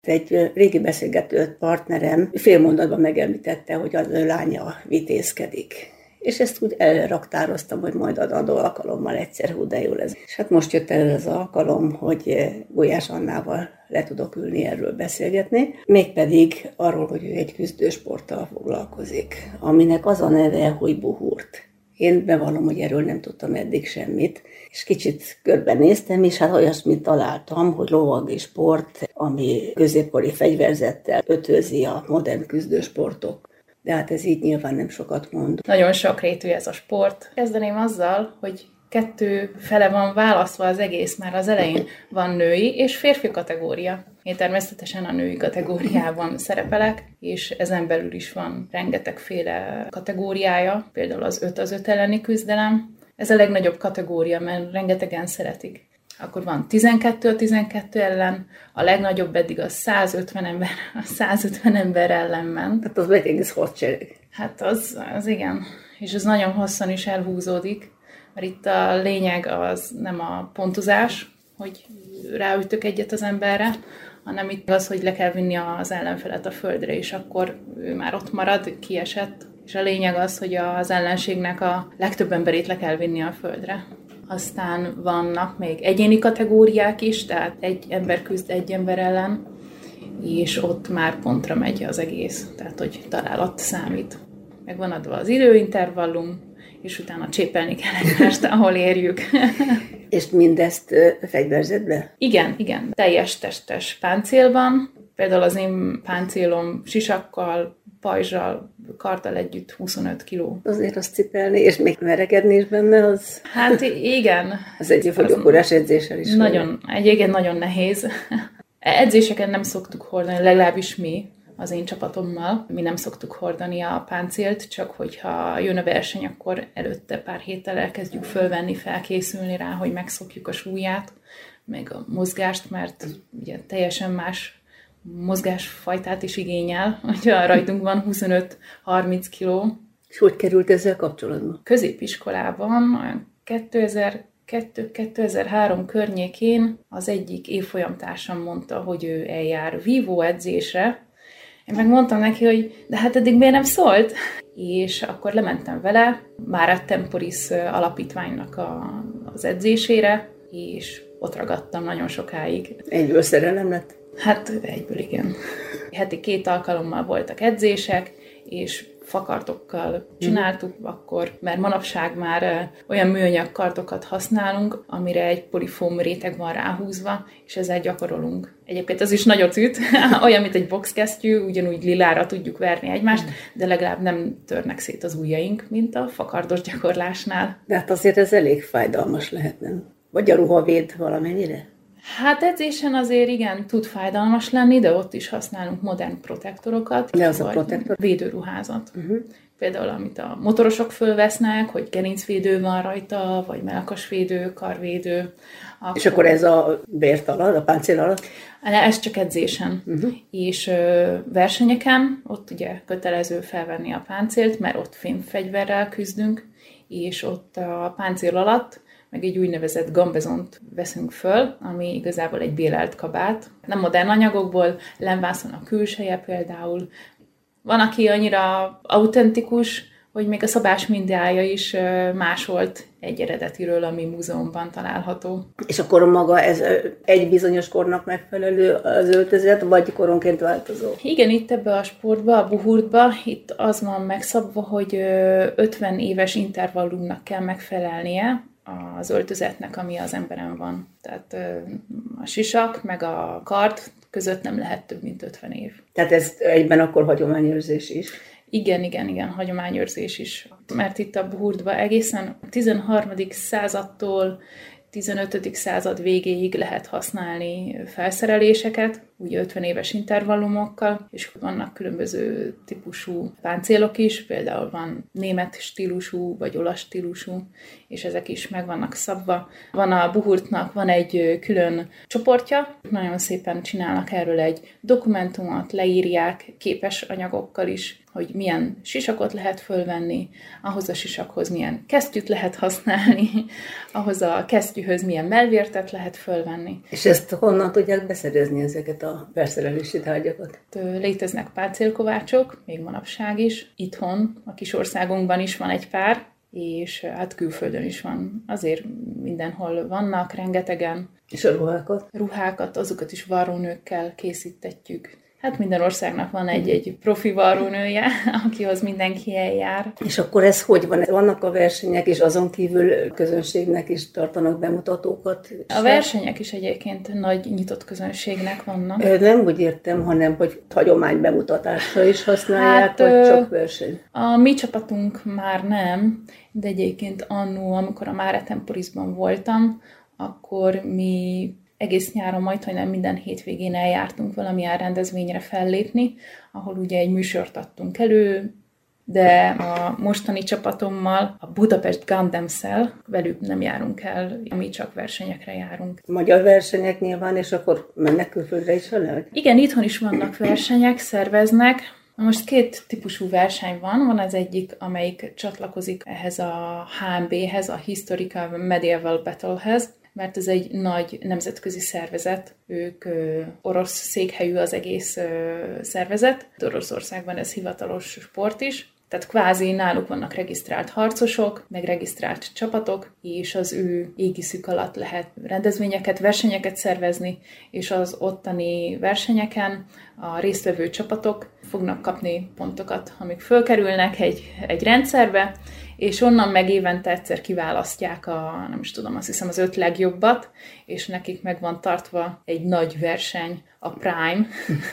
Egy régi beszélgető partnerem félmondatban megemlítette, hogy az ő lánya vitézkedik. És ezt úgy elraktároztam, hogy majd adó alkalommal egyszer hú, de jó lesz. És hát most jött el az alkalom, hogy Gulyás Annával le tudok ülni, erről beszélgetni. Mégpedig arról, hogy ő egy küzdősporttal foglalkozik, aminek az a neve, hogy buhurt. Én bevallom, hogy erről nem tudtam eddig semmit, és kicsit körbenéztem, és hát olyasmit találtam, hogy lovagi sport, ami középkori fegyverzettel ötvözi a modern küzdősportok. De hát ez így nyilván nem sokat mond. Nagyon sokrétű ez a sport. Kezdeném azzal, hogy 2 fele van választva az egész, már az elején van női és férfi kategória. Én természetesen a női kategóriában szerepelek, és ezen belül is van rengetegféle kategóriája, például az 5 az 5 elleni küzdelem. Ez a legnagyobb kategória, mert rengetegen szeretik. Akkor van 12 a 12 ellen, a legnagyobb eddig a 150 ember ellen ment. Hát az egy egész hadsereg. Hát az igen, és ez nagyon hosszan is elhúzódik, mert itt a lényeg az nem a pontozás, hogy ráütök egyet az emberre, hanem itt az, hogy le kell vinni az ellenfelet a földre, és akkor ő már ott marad, kiesett, és a lényeg az, hogy az ellenségnek a legtöbb emberét le kell vinni a földre. Aztán vannak még egyéni kategóriák is, tehát egy ember küzd egy ember ellen, és ott már pontra megy az egész, tehát hogy találat számít. Meg van adva az időintervallum, és utána csépelni kell egymást, ahol érjük. És mindezt fegyverzetbe? Igen. Teljes testes páncélban. Például az én páncélom sisakkal, pajzsal, karddal együtt 25 kiló. Azért azt cipelni, és még verekedni is benne, az... Hát igen. Az egy fogyókúrás edzéssel is. Egyébként nagyon nehéz. Edzéseken nem szoktuk hordani, legalábbis mi, az én csapatommal. Mi nem szoktuk hordani a páncélt, csak hogyha jön a verseny, akkor előtte pár héttel elkezdjük fölvenni, felkészülni rá, hogy megszokjuk a súlyát, meg a mozgást, mert ugye teljesen más mozgásfajtát is igényel, hogyha a rajtunk van 25-30 kiló. És hogy került ezzel kapcsolatban? Középiskolában 2002-2003 környékén az egyik évfolyamtársam mondta, hogy ő eljár vívó edzésre. Én megmondtam neki, hogy de hát eddig miért nem szólt? És akkor lementem vele már a Temporis alapítványnak az edzésére, és ott ragadtam nagyon sokáig. Egyből szerelem lett? Hát egyből igen. Heti 2 alkalommal voltak edzések, és fakartokkal csináltuk akkor, mert manapság már olyan műanyag kartokat használunk, amire egy polifóm réteg van ráhúzva, és ezzel gyakorolunk. Egyébként az is nagyot üt, olyan, mint egy boxkesztyű, ugyanúgy lilára tudjuk verni egymást, de legalább nem törnek szét az ujjaink, mint a fakardos gyakorlásnál. De hát azért ez elég fájdalmas lehet, nem? Vagy a ruha véd valamennyire? Hát edzésen azért igen, tud fájdalmas lenni, de ott is használunk modern protektorokat. De az a protektor? Védőruházat. Például, amit a motorosok fölvesznek, hogy gerincvédő van rajta, vagy mellkasvédő, karvédő. És akkor ez a bért alatt, a páncél alatt? Ez csak edzésen. És versenyeken, ott ugye kötelező felvenni a páncélt, mert ott fémfegyverrel küzdünk, és ott a páncél alatt meg egy úgynevezett gambezont veszünk föl, ami igazából egy bélelt kabát. Nem modern anyagokból, lemvászon a külseje például. Van, aki annyira autentikus, hogy még a szabás mintája is másolt egy eredetiről, ami múzeumban található. És akkor maga ez egy bizonyos kornak megfelelő az öltözet, vagy koronként változó? Igen, itt ebbe a sportba, a buhurtba, itt az van megszabva, hogy 50 éves intervallumnak kell megfelelnie az öltözetnek, ami az emberen van. Tehát a sisak, meg a kard között nem lehet több, mint 50 év. Tehát ez egyben akkor hagyományőrzés is? Igen, hagyományőrzés is. Mert itt a buhurtban egészen 13. századtól 15. század végéig lehet használni felszereléseket, úgy 50 éves intervallumokkal, és vannak különböző típusú páncélok is, például van német stílusú, vagy olasz stílusú, és ezek is meg vannak szabva. Van a buhurtnak, van egy külön csoportja, nagyon szépen csinálnak erről egy dokumentumot, leírják képes anyagokkal is, hogy milyen sisakot lehet fölvenni, ahhoz a sisakhoz milyen kesztyűt lehet használni, ahhoz a kesztyűhöz milyen mellvértet lehet fölvenni. És ezt honnan tudják beszerezni ezeket a felszerelési tárgyakat? Léteznek páncélkovácsok, még manapság is. Itthon, a kis országunkban is van egy pár, és hát külföldön is van. Azért mindenhol vannak, rengetegen. És a ruhákat? Ruhákat, azokat is varrónőkkel készítetjük. Hát minden országnak van egy profi varrónője, akihoz mindenki eljár. És akkor ez hogy van? Vannak a versenyek, és azon kívül közönségnek is tartanak bemutatókat? A versenyek is egyébként nagy nyitott közönségnek vannak. Nem úgy értem, hanem hogy hagyomány bemutatásra is használják, vagy csak verseny? A mi csapatunk már nem, de egyébként annó, amikor a Mare Temporisban voltam, akkor mi egész nyáron, majdnem minden hétvégén eljártunk valamilyen rendezvényre fellépni, ahol ugye egy műsort adtunk elő, de a mostani csapatommal, a Budapest Gundams-szel, velük nem járunk el, mi csak versenyekre járunk. Magyar versenyek nyilván, és akkor mennek külföldre is vele? Igen, itthon is vannak versenyek, szerveznek. Most két típusú verseny van az egyik, amelyik csatlakozik ehhez a HMB-hez, a Historical Medieval Battlehez, mert ez egy nagy nemzetközi szervezet, ők orosz székhelyű az egész szervezet. Oroszországban ez hivatalos sport is, tehát kvázi náluk vannak regisztrált harcosok, meg regisztrált csapatok, és az ő égiszük alatt lehet rendezvényeket, versenyeket szervezni, és az ottani versenyeken a résztvevő csapatok fognak kapni pontokat, amik fölkerülnek egy rendszerbe, és onnan meg évente egyszer kiválasztják nem is tudom, azt hiszem az 5 legjobbat, és nekik meg van tartva egy nagy verseny, a Prime,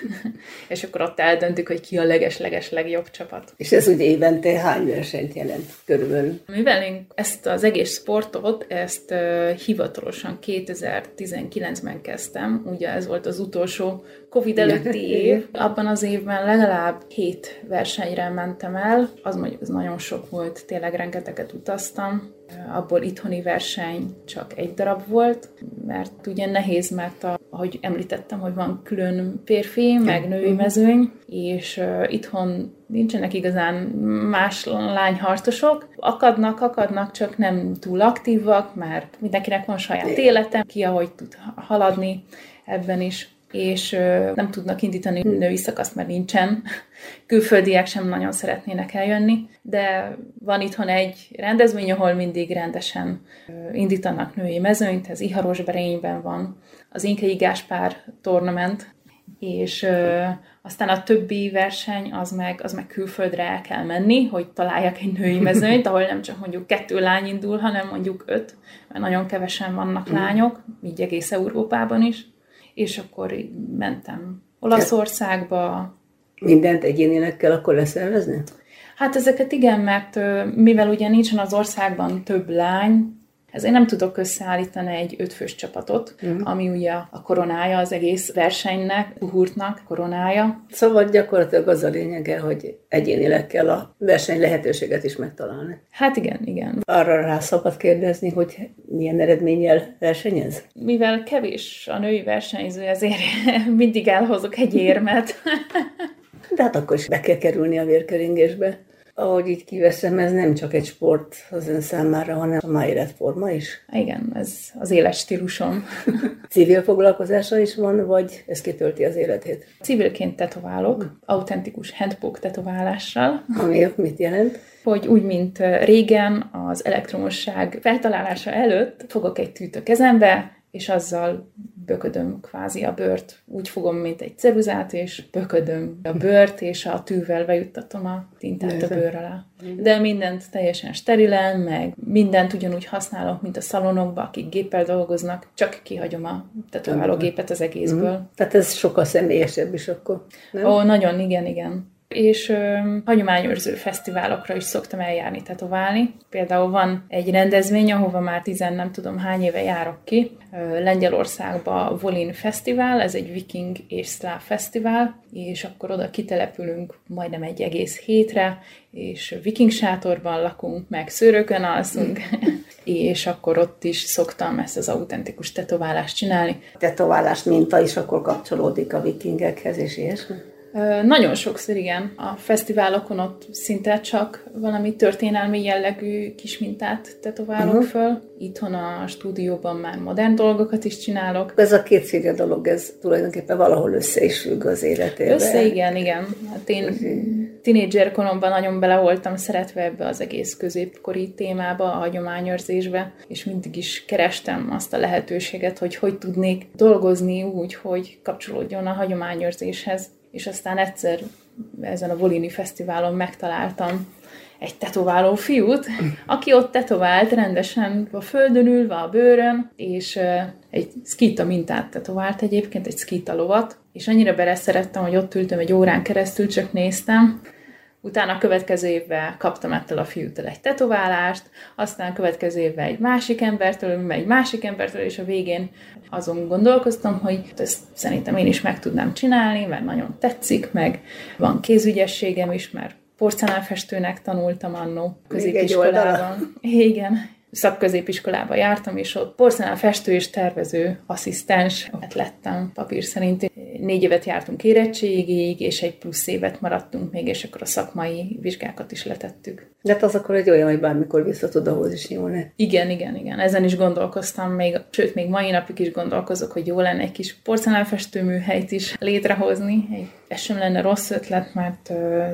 és akkor ott eldöntik, hogy ki a leges-leges legjobb csapat. És ez ugye évente hány versenyt jelent körülbelül? Mivel én ezt az egész sportot, ezt hivatalosan 2019-ben kezdtem, ugye ez volt az utolsó Covid előtti év, abban az évben legalább 7 versenyre mentem el, az mondjuk ez nagyon sok volt, tényleg rengeteget utaztam, abból itthoni verseny csak egy darab volt, mert ugye nehéz, mert ahogy említettem, hogy van külön férfi, meg női mezőny, és itthon nincsenek igazán más lányharcosok. Akadnak, csak nem túl aktívak, mert mindenkinek van saját élete, ki ahogy tud haladni ebben is, és nem tudnak indítani női szakaszt, mert nincsen. Külföldiek sem nagyon szeretnének eljönni, de van itthon egy rendezvény, ahol mindig rendesen indítanak női mezőnyt, ez Iharosberényben van, az Inkei Gáspár Tournament, és aztán a többi verseny, az meg külföldre el kell menni, hogy találjak egy női mezőnyt, ahol nem csak mondjuk 2 lány indul, hanem mondjuk 5, mert nagyon kevesen vannak lányok, így egész Európában is. És akkor mentem Olaszországba. Mindent egyénileg kell akkor leszervezni? Hát ezeket igen, mert mivel ugye nincsen az országban több lány, ezért nem tudok összeállítani egy 5 fős csapatot, ami ugye a koronája az egész versenynek, Buhurtnak koronája. Szóval gyakorlatilag az a lényege, hogy egyénileg kell a verseny lehetőséget is megtalálni. Hát igen. Arra rá szabad kérdezni, hogy milyen eredménnyel versenyez? Mivel kevés a női versenyző, ezért mindig elhozok egy érmet. De hát akkor is be kell kerülni a vérkeringésbe. Ahogy így kiveszem, ez nem csak egy sport az ön számára, hanem a már életforma is. Igen, ez az életstílusom. Civil foglalkozása is van, vagy ez kitölti az életét? Civilként tetoválok, autentikus handpoke tetoválással. Ami mit jelent? Hogy úgy, mint régen az elektromosság feltalálása előtt fogok egy tűt a kezembe, és azzal böködöm kvázi a bőrt. Úgy fogom, mint egy ceruzát, és böködöm a bőrt, és a tűvel bejuttatom a tintát a bőr alá. De mindent teljesen sterilen, meg mindent ugyanúgy használok, mint a szalonokban, akik géppel dolgoznak, csak kihagyom a tetoválógépet az egészből. Tehát ez sokkal személyesebb is akkor, nem? Ó, nagyon, igen. És hagyományőrző fesztiválokra is szoktam eljárni tetoválni. Például van egy rendezvény, ahova már nem tudom hány éve járok ki. Lengyelországban Volin Fesztivál, ez egy viking és szláv fesztivál, és akkor oda kitelepülünk majdnem egy egész hétre, és viking sátorban lakunk, meg szőrökön alszunk, és akkor ott is szoktam ezt az autentikus tetoválást csinálni. A tetoválás minta is akkor kapcsolódik a vikingekhez, és ilyesmi? Nagyon sokszor, igen. A fesztiválokon ott szinte csak valami történelmi jellegű kis mintát tetoválok föl. Itthon a stúdióban már modern dolgokat is csinálok. Ez a kétféle dolog, ez tulajdonképpen valahol össze is függ az életében. Össze, igen. Hát én tínédzser koromban nagyon bele voltam szeretve ebbe az egész középkori témába, a hagyományőrzésbe, és mindig is kerestem azt a lehetőséget, hogy tudnék dolgozni úgy, hogy kapcsolódjon a hagyományőrzéshez. És aztán egyszer ezen a Volini Fesztiválon megtaláltam egy tetováló fiút, aki ott tetovált rendesen a földön ülve, a bőrön, és egy szkíta mintát tetovált egyébként, egy szkíta lovat, és annyira beleszerettem, hogy ott ültem egy órán keresztül, csak néztem. Utána a következő évben kaptam ettől a fiútól egy tetoválást, aztán a következő évben egy másik embertől, és a végén azon gondolkoztam, hogy ezt szerintem én is meg tudnám csinálni, mert nagyon tetszik, meg van kézügyességem is, mert porcelánfestőnek tanultam annó középiskolában. Igen. Szakközépiskolába jártam, és ott porcelánfestő és tervező asszisztens lettem papír szerint. 4 évet jártunk érettségig, és egy plusz évet maradtunk még, és akkor a szakmai vizsgákat is letettük. De hát az akkor egy olyan, hogy bármikor vissza tud ahhoz is nyúlni. Igen. Ezen is gondolkoztam, sőt, még mai napig is gondolkozok, hogy jó lenne egy kis porcelánfestő műhelyt is létrehozni. Ez sem lenne rossz ötlet, mert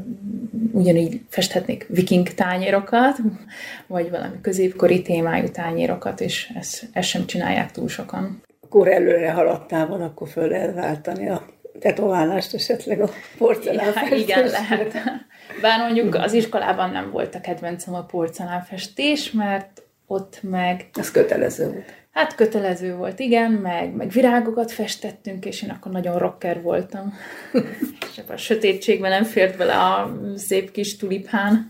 ugyanígy festhetnék viking tányérokat, vagy valami középkori témájú tányérokat, és ezt sem csinálják túl sokan. Akkor előre haladtál van, akkor föl lehet váltani a tetoválást esetleg a porcelánfestésre. Igen, lehet. Bár mondjuk az iskolában nem volt a kedvencem a porcelánfestés, mert ott meg... Ez kötelező volt. Hát kötelező volt, igen, meg virágokat festettünk, és én akkor nagyon rocker voltam. És a sötétségben nem fért bele a szép kis tuliphán.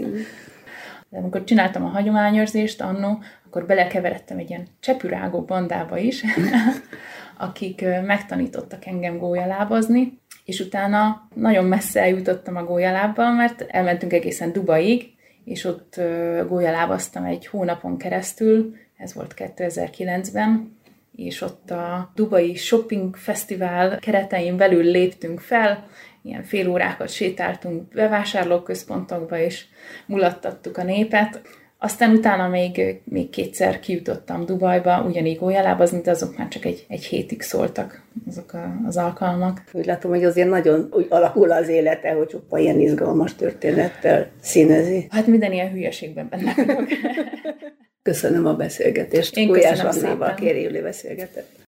De amikor csináltam a hagyományőrzést annó, akkor belekeveredtem egy ilyen csepürágó bandába is, akik megtanítottak engem gólyalábazni, és utána nagyon messze eljutottam a gólyalábbal, mert elmentünk egészen Dubaig, és ott gólyalábaztam egy hónapon keresztül, ez volt 2009-ben, és ott a Dubai Shopping Fesztivál keretein belül léptünk fel, ilyen fél órákat sétáltunk bevásárlóközpontokba, és mulattattuk a népet. Aztán utána még 2-szer kijutottam Dubajba, ugyanígy gólyalábazni, de azok már csak egy hétig szóltak azok az alkalmak. Úgy látom, hogy azért nagyon úgy alakul az élete, hogy csupa ilyen izgalmas történettel színezi. Hát minden ilyen hülyeségben benne vagyok. Köszönöm a beszélgetést. Én Gulyás köszönöm Annával, szépen. Kéri Júli beszélgetett.